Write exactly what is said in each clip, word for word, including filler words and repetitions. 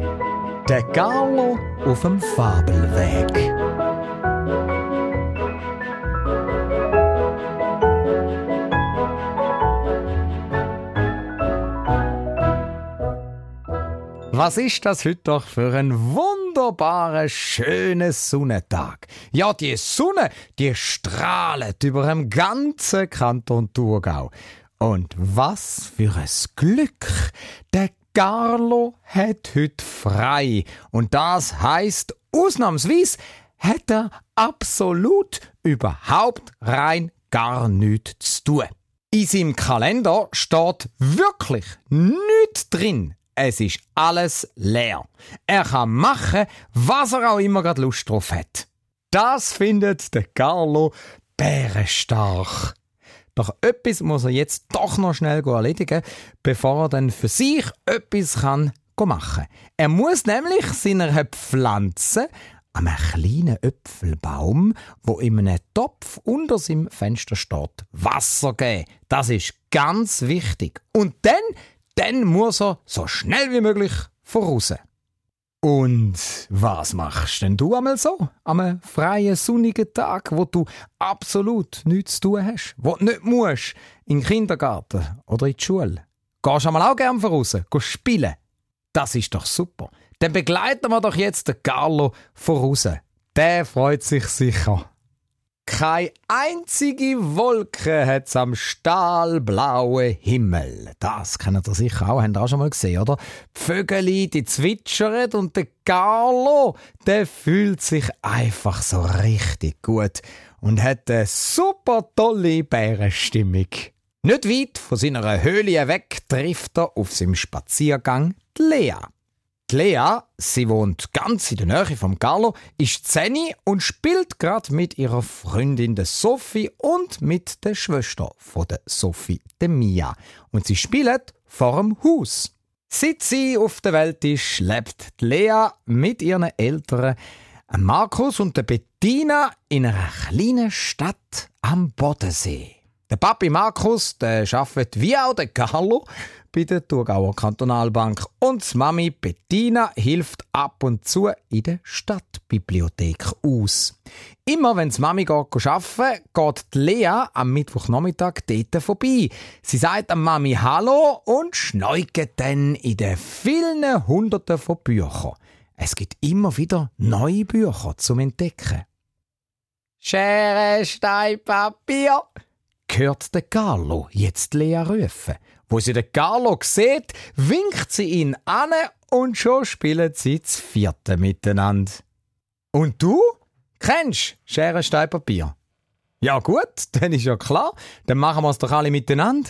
Der Carlo auf dem Fabelweg. Was ist das heute doch für ein wunderbarer, schöner Sonnentag? Ja, die Sonne, die strahlt über dem ganzen Kanton Thurgau. Und was für ein Glück! Der Carlo hat heute frei. Und das heisst, ausnahmsweise hat er absolut überhaupt rein gar nichts zu tun. In seinem Kalender steht wirklich nichts drin. Es ist alles leer. Er kann machen, was er auch immer gerade Lust drauf hat. Das findet der Carlo bärenstark. Doch etwas muss er jetzt doch noch schnell erledigen, bevor er dann für sich etwas kann machen kann. Er muss nämlich seiner Pflanze an einem kleinen Äpfelbaum, wo in einem Topf unter seinem Fenster steht, Wasser geben. Das ist ganz wichtig. Und dann Dann muss er so schnell wie möglich voraus. Und was machst denn du einmal so? An einem freien, sonnigen Tag, wo du absolut nichts zu tun hast? Wo du nicht musst? In den Kindergarten oder in die Schule? Gehst du einmal auch gern voraus? Gehst spielen? Das ist doch super. Dann begleiten wir doch jetzt den Carlo voraus. Der freut sich sicher. Keine einzige Wolke hat's am stahlblauen Himmel. Das kennt ihr sicher auch, habt ihr auch schon mal gesehen, oder? Die Vögel, die zwitschern und der Carlo, der fühlt sich einfach so richtig gut und hat eine super tolle Bärenstimmung. Nicht weit von seiner Höhle weg trifft er auf seinem Spaziergang die Lea. Die Lea, sie wohnt ganz in der Nähe vom Carlo, ist zehn und spielt gerade mit ihrer Freundin der Sophie und mit der Schwester von der Sophie, der Mia. Und sie spielen vor dem Haus. Seit sie auf der Welt ist, lebt die Lea mit ihren Eltern, Markus und der Bettina, in einer kleinen Stadt am Bodensee. Der Papi Markus, der arbeitet wie auch der Carlo bei der Thurgauer Kantonalbank und die Mami Bettina hilft ab und zu in der Stadtbibliothek aus. Immer wenn die Mami geht arbeiten, geht die Lea am Mittwochnachmittag dort vorbei. Sie sagt der Mami Hallo und schneugt dann in den vielen Hunderten von Büchern. Es gibt immer wieder neue Bücher zum Entdecken. «Schere, Stein, Papier!» hört der Carlo jetzt Lea rufen. Wo sie den Carlo sieht, winkt sie ihn an und schon spielen sie das vierte miteinander. Und du? Kennst Schere, Stein, Papier? Ja gut, dann ist ja klar. Dann machen wir es doch alle miteinander.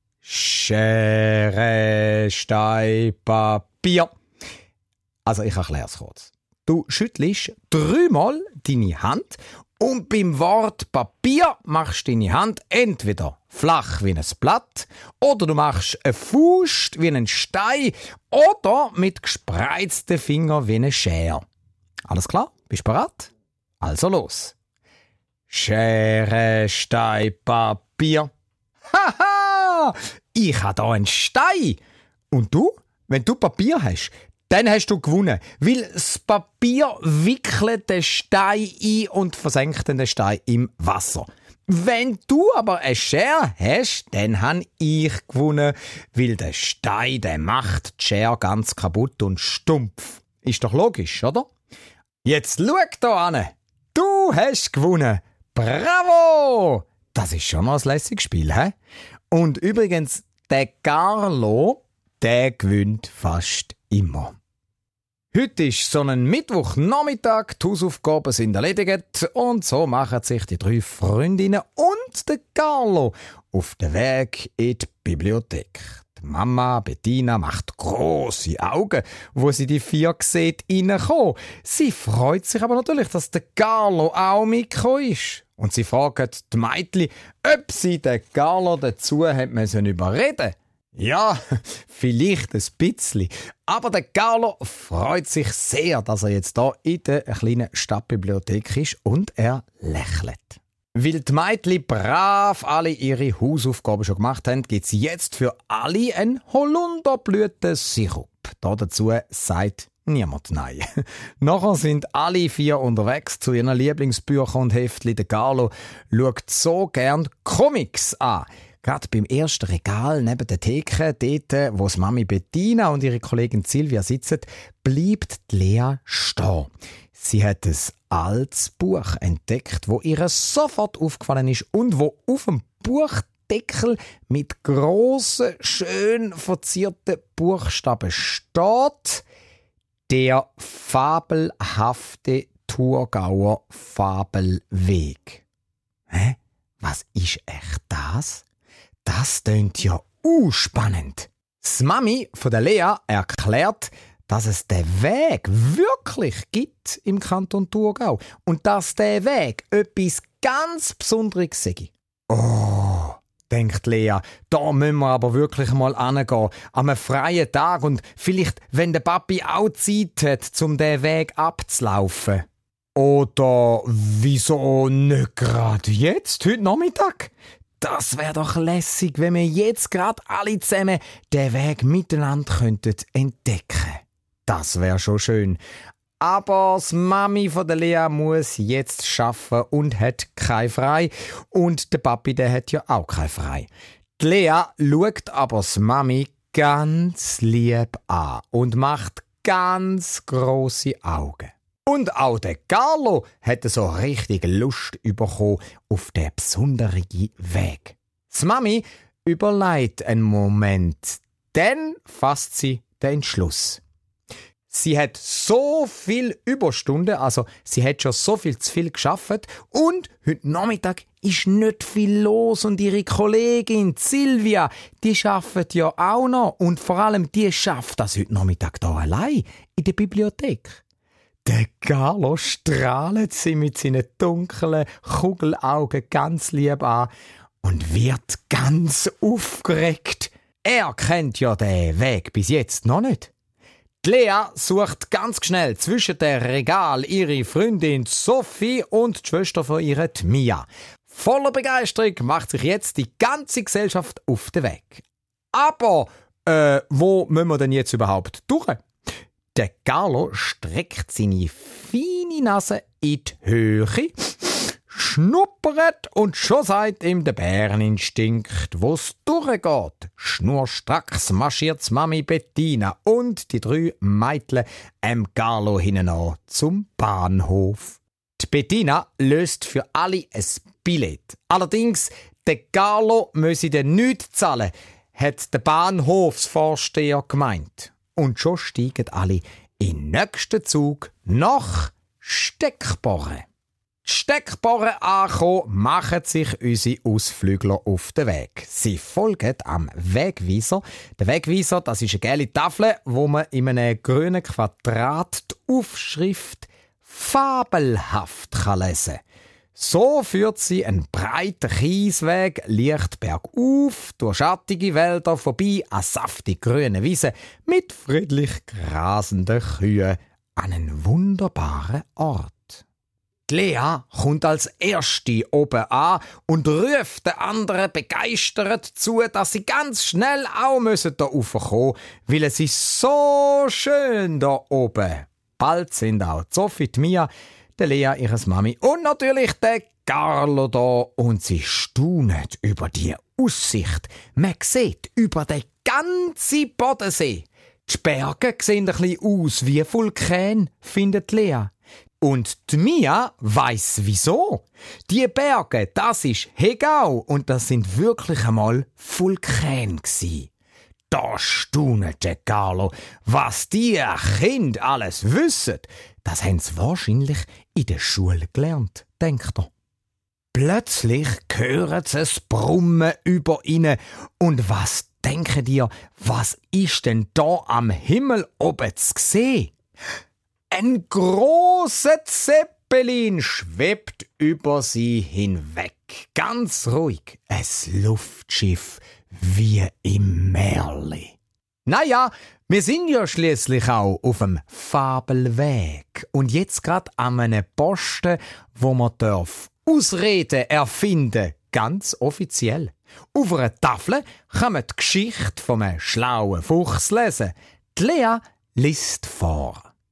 Schere, Stein, Papier. Also ich erkläre es kurz. Du schüttelst dreimal deine Hand und beim Wort Papier machst du deine Hand entweder flach wie ein Blatt oder du machst eine Faust wie ein Stein oder mit gespreizten Fingern wie eine Schere. Alles klar? Bist du bereit? Also los. Schere, Stein, Papier. Haha! Ich habe hier einen Stein. Und du? Wenn du Papier hast, dann hast du gewonnen, weil das Papier wickelt den Stein ein und versenkt den Stein im Wasser. Wenn du aber eine Schere hast, dann habe ich gewonnen, weil der Stein, der macht die Schere ganz kaputt und stumpf. Ist doch logisch, oder? Jetzt schau hier an. Du hast gewonnen. Bravo! Das ist schon noch ein lässiges Spiel, hä? Und übrigens, der Carlo, der gewinnt fast immer. Heute ist so ein Mittwochnachmittag, die Hausaufgaben sind erledigt und so machen sich die drei Freundinnen und der Carlo auf den Weg in die Bibliothek. Die Mama Bettina macht grosse Augen, wo sie die vier sieht, reinkommen. Sie freut sich aber natürlich, dass der Carlo auch mitgekommen ist. Und sie fragt die Mädchen, ob sie den Carlo dazu hat müssen überreden. Ja, vielleicht ein bisschen. Aber der Carlo freut sich sehr, dass er jetzt hier in der kleinen Stadtbibliothek ist und er lächelt. Weil die Mädchen brav alle ihre Hausaufgaben schon gemacht haben, gibt es jetzt für alle einen Holunderblütensirup. Da dazu sagt Niemand, nein. Nachher sind alle vier unterwegs zu ihren Lieblingsbüchern und Heftchen. Der Carlo schaut so gern Comics an. Gerade beim ersten Regal neben der Theke, dort, wo Mami Bettina und ihre Kollegin Silvia sitzen, bleibt Lea stehen. Sie hat ein altes Buch entdeckt, wo ihr sofort aufgefallen ist und wo auf dem Buchdeckel mit grossen, schön verzierten Buchstaben steht: Der fabelhafte Thurgauer Fabelweg. Hä? Was ist echt das? Das tönt ja uh, spannend. Die Mami von der Lea erklärt, dass es den Weg wirklich gibt im Kanton Thurgau und dass der Weg etwas ganz Besonderes sei. Oh, denkt Lea, da müssen wir aber wirklich mal hingehen, an einem freien Tag und vielleicht, wenn der Papi auch Zeit hat, um den Weg abzulaufen. Oder wieso nicht gerade jetzt, heute Nachmittag? Das wäre doch lässig, wenn wir jetzt gerade alle zusammen den Weg miteinander könnten entdecken. Das wäre schon schön. Aber die Mami von der Lea muss jetzt arbeiten und hat kein Frei. Und der Papi, der hat ja auch kein Frei. Die Lea schaut aber die Mami ganz lieb an und macht ganz grosse Augen. Und auch der Carlo hatte so richtig Lust bekommen auf den besonderen Weg. Die Mami überlegt einen Moment, dann fasst sie den Entschluss. Sie hat so viel Überstunden, also sie hat schon so viel zu viel geschafft und heute Nachmittag ist nicht viel los und ihre Kollegin Silvia, die arbeitet ja auch noch und vor allem die schafft das heute Nachmittag hier allein in der Bibliothek. Der Carlo strahlt sie mit seinen dunklen Kugelaugen ganz lieb an und wird ganz aufgeregt. Er kennt ja den Weg bis jetzt noch nicht. Die Lea sucht ganz schnell zwischen den Regal ihre Freundin Sophie und die Schwester von ihr, die Mia. Voller Begeisterung macht sich jetzt die ganze Gesellschaft auf den Weg. Aber, äh, wo müssen wir denn jetzt überhaupt durch? Der Carlo streckt seine feine Nase in die Höhe, schnuppert und schon sagt ihm der Bäreninstinkt, wo's durchgeht. Schnurstracks marschiert Mami Bettina und die drei Mädchen am Carlo hinein zum Bahnhof. Die Bettina löst für alle ein Billett. Allerdings, der Carlo müsse dann nichts zahlen, hat der Bahnhofsvorsteher gemeint. Und schon steigen alle in den nächsten Zug nach Steckborre. Die Steckborre angekommen, machen sich unsere Ausflügler auf den Weg. Sie folgen am Wegweiser. Der Wegweiser, das ist eine gelbe Tafel, wo man in einem grünen Quadrat die Aufschrift «Fabelhaft» kann lesen. So führt sie einen breiten Kiesweg leicht bergauf, durch schattige Wälder vorbei an saftig grünen Wiesen mit friedlich grasenden Kühen an einen wunderbaren Ort. Die Lea kommt als Erste oben an und ruft den anderen begeistert zu, dass sie ganz schnell auch müssen da raufkommen, weil es ist so schön da oben. Bald sind auch Sophie, die Mia, der Lea, ihres Mami und natürlich der Carlo da und sie staunen über die Aussicht. Man sieht über den ganzen Bodensee. Die Berge sehen ein bisschen aus wie Vulkan, findet Lea. Und die Mia weiss wieso. Die Berge, das ist Hegau und das sind wirklich einmal Vulkane gsi. Da staunet der Carlo, was die Kinder alles wissen. Das haben sie wahrscheinlich in der Schule gelernt, denkt er. Plötzlich hören sie es Brummen über ihnen. Und was denken ihr, was ist denn da am Himmel oben zu sehen? Ein grosser Zeppelin schwebt über sie hinweg. Ganz ruhig, ein Luftschiff wie im Märli. Naja, wir sind ja schließlich auch auf dem Fabelweg und jetzt grad an einem Posten, wo man darf Ausreden erfinden, ganz offiziell. Auf einer Tafel kann man die Geschichte von einem schlauen Fuchs lesen. Die Lea liest vor.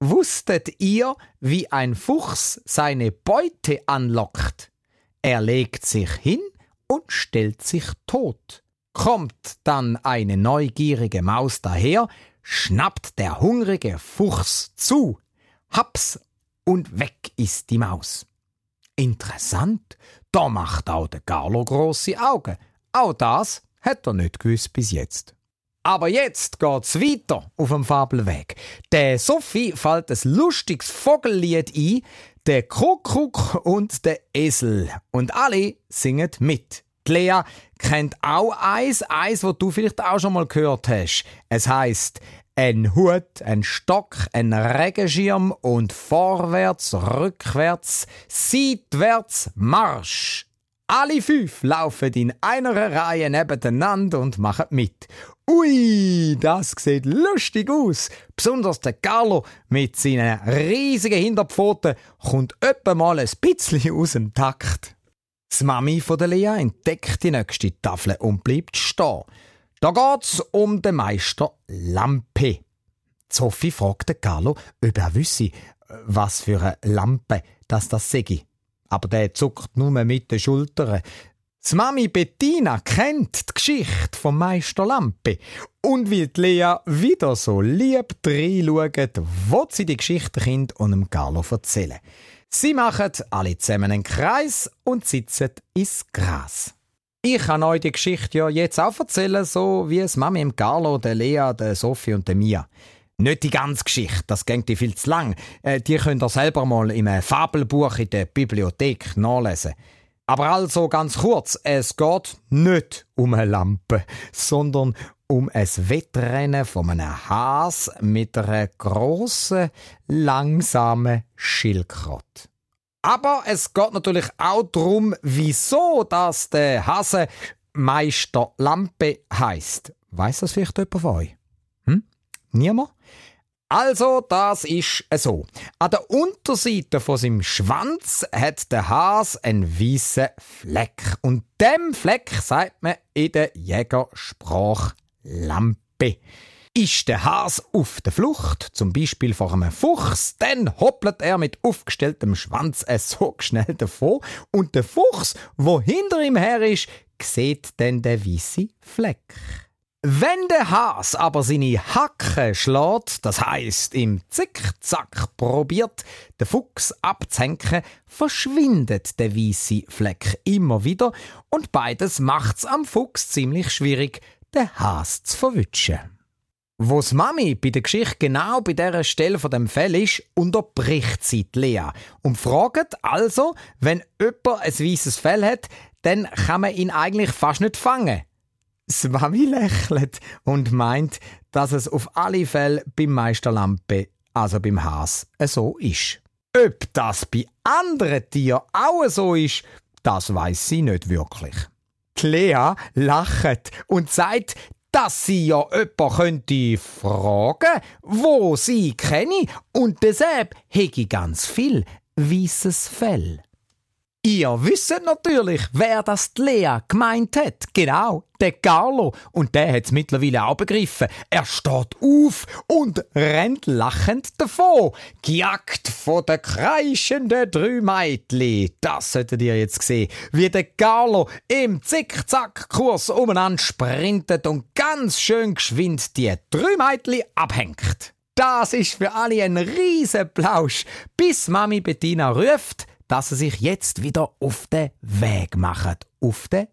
Wusstet ihr, wie ein Fuchs seine Beute anlockt? Er legt sich hin und stellt sich tot. Kommt dann eine neugierige Maus daher, schnappt der hungrige Fuchs zu. Haps und weg ist die Maus. Interessant, da macht auch der Carlo grosse Augen. Auch das hat er nicht gewusst bis jetzt. Aber jetzt geht's weiter auf dem Fabelweg. Der Sophie fällt ein lustiges Vogellied ein, der Kuckuck und der Esel. Und alle singen mit. Die Lea kennt auch eins, eins, wo du vielleicht auch schon mal gehört hast. Es heisst: ein Hut, ein Stock, ein Regenschirm und vorwärts, rückwärts, seitwärts, Marsch. Alle fünf laufen in einer Reihe nebeneinander und machen mit. Ui, das sieht lustig aus. Besonders der Carlo mit seinen riesigen Hinterpfoten kommt öppe mal ein bisschen aus dem Takt. Die Mami von der Lea entdeckt die nächste Tafel und bleibt stehen. Da geht's um den Meister Lampe. Sophie fragt den Carlo, ob er wisse, was für eine Lampe das das sei. Aber der zuckt nur mit den Schultern. Die Mami Bettina kennt die Geschichte vom Meister Lampe. Und weil die Lea wieder so lieb reinschaut, will sie die Geschichte dem Kind und dem Carlo erzählen. Sie machen alle zusammen einen Kreis und sitzen ins Gras. Ich kann euch die Geschichte ja jetzt auch erzählen, so wie es Mami im Carlo, der Lea, der Sophie und der Mia. Nicht die ganze Geschichte, das geht dir viel zu lang. Äh, die könnt ihr selber mal im Fabelbuch in der Bibliothek nachlesen. Aber also ganz kurz, es geht nicht um eine Lampe, sondern um ein Wettrennen von einem Has mit einer grossen, langsamen Schildkröte. Aber es geht natürlich auch darum, wieso das der Hase Meister Lampe heisst. Weiss das vielleicht jemand von euch? Hm? Niemand? Also, das ist so. An der Unterseite von seinem Schwanz hat der Hase einen weißen Fleck. Und dem Fleck sagt man in der Jägersprache Lampe. Ist der Hase auf der Flucht, zum Beispiel vor einem Fuchs, dann hoppelt er mit aufgestelltem Schwanz so schnell davon und der Fuchs, wo hinter ihm her ist, sieht dann den weißen Fleck. Wenn der Hase aber seine Hacke schlägt, das heisst im Zickzack probiert, den Fuchs abzuhängen, verschwindet der weiße Fleck immer wieder und beides macht's am Fuchs ziemlich schwierig, den Hase zu verwischen. Wo's Mami bei der Geschichte genau bei dieser Stelle von dem Fell ist, unterbricht sie die Lea und fragt also, wenn jemand ein weisses Fell hat, dann kann man ihn eigentlich fast nicht fangen. Die Mami lächelt und meint, dass es auf alle Fälle beim Meister Lampe, also beim Has, so ist. Ob das bei anderen Tieren auch so ist, das weiss sie nicht wirklich. Die Lea lacht und sagt, dass sie ja jemand könnte fragen, wo sie kenne und deshalb hege ganz viel weisses Fell. Ihr wisst natürlich, wer das die Lea gemeint hat. Genau, der Carlo. Und der hat's mittlerweile auch begriffen. Er steht auf und rennt lachend davon. Gejagt von den kreischenden drei Mädchen. Das solltet ihr jetzt sehen. Wie der Carlo im Zickzack-Kurs umeinander sprintet und ganz schön geschwind die drei Mädchen abhängt. Das ist für alle ein riesen Plausch, bis Mami Bettina ruft, dass sie sich jetzt wieder auf den Weg machen, auf den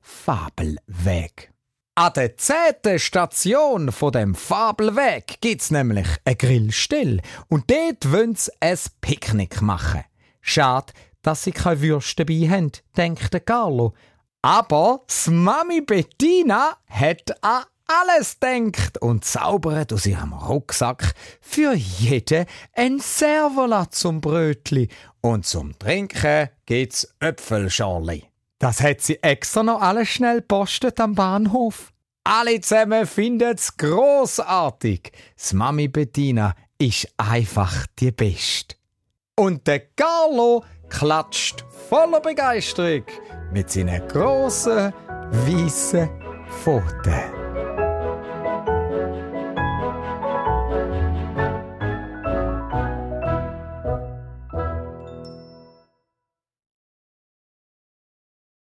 Fabelweg. An der zehnten Station von dem Fabelweg gibt's nämlich eine Grillstelle und dort wollen sie ein Picknick machen. Schade, dass sie keine Würste dabei haben, denkt der Carlo. Aber die Mami Bettina hat an alles denkt und zaubert aus ihrem Rucksack für jeden ein Servola zum Brötli und zum Trinken gibt's Äpfelschorli. Das hat sie extra noch alles schnell postet am Bahnhof. Alle zusammen finden's grossartig. Die Mami Bettina ist einfach die Beste. Und der Carlo klatscht voller Begeisterung mit seinen grossen, weissen Pfoten.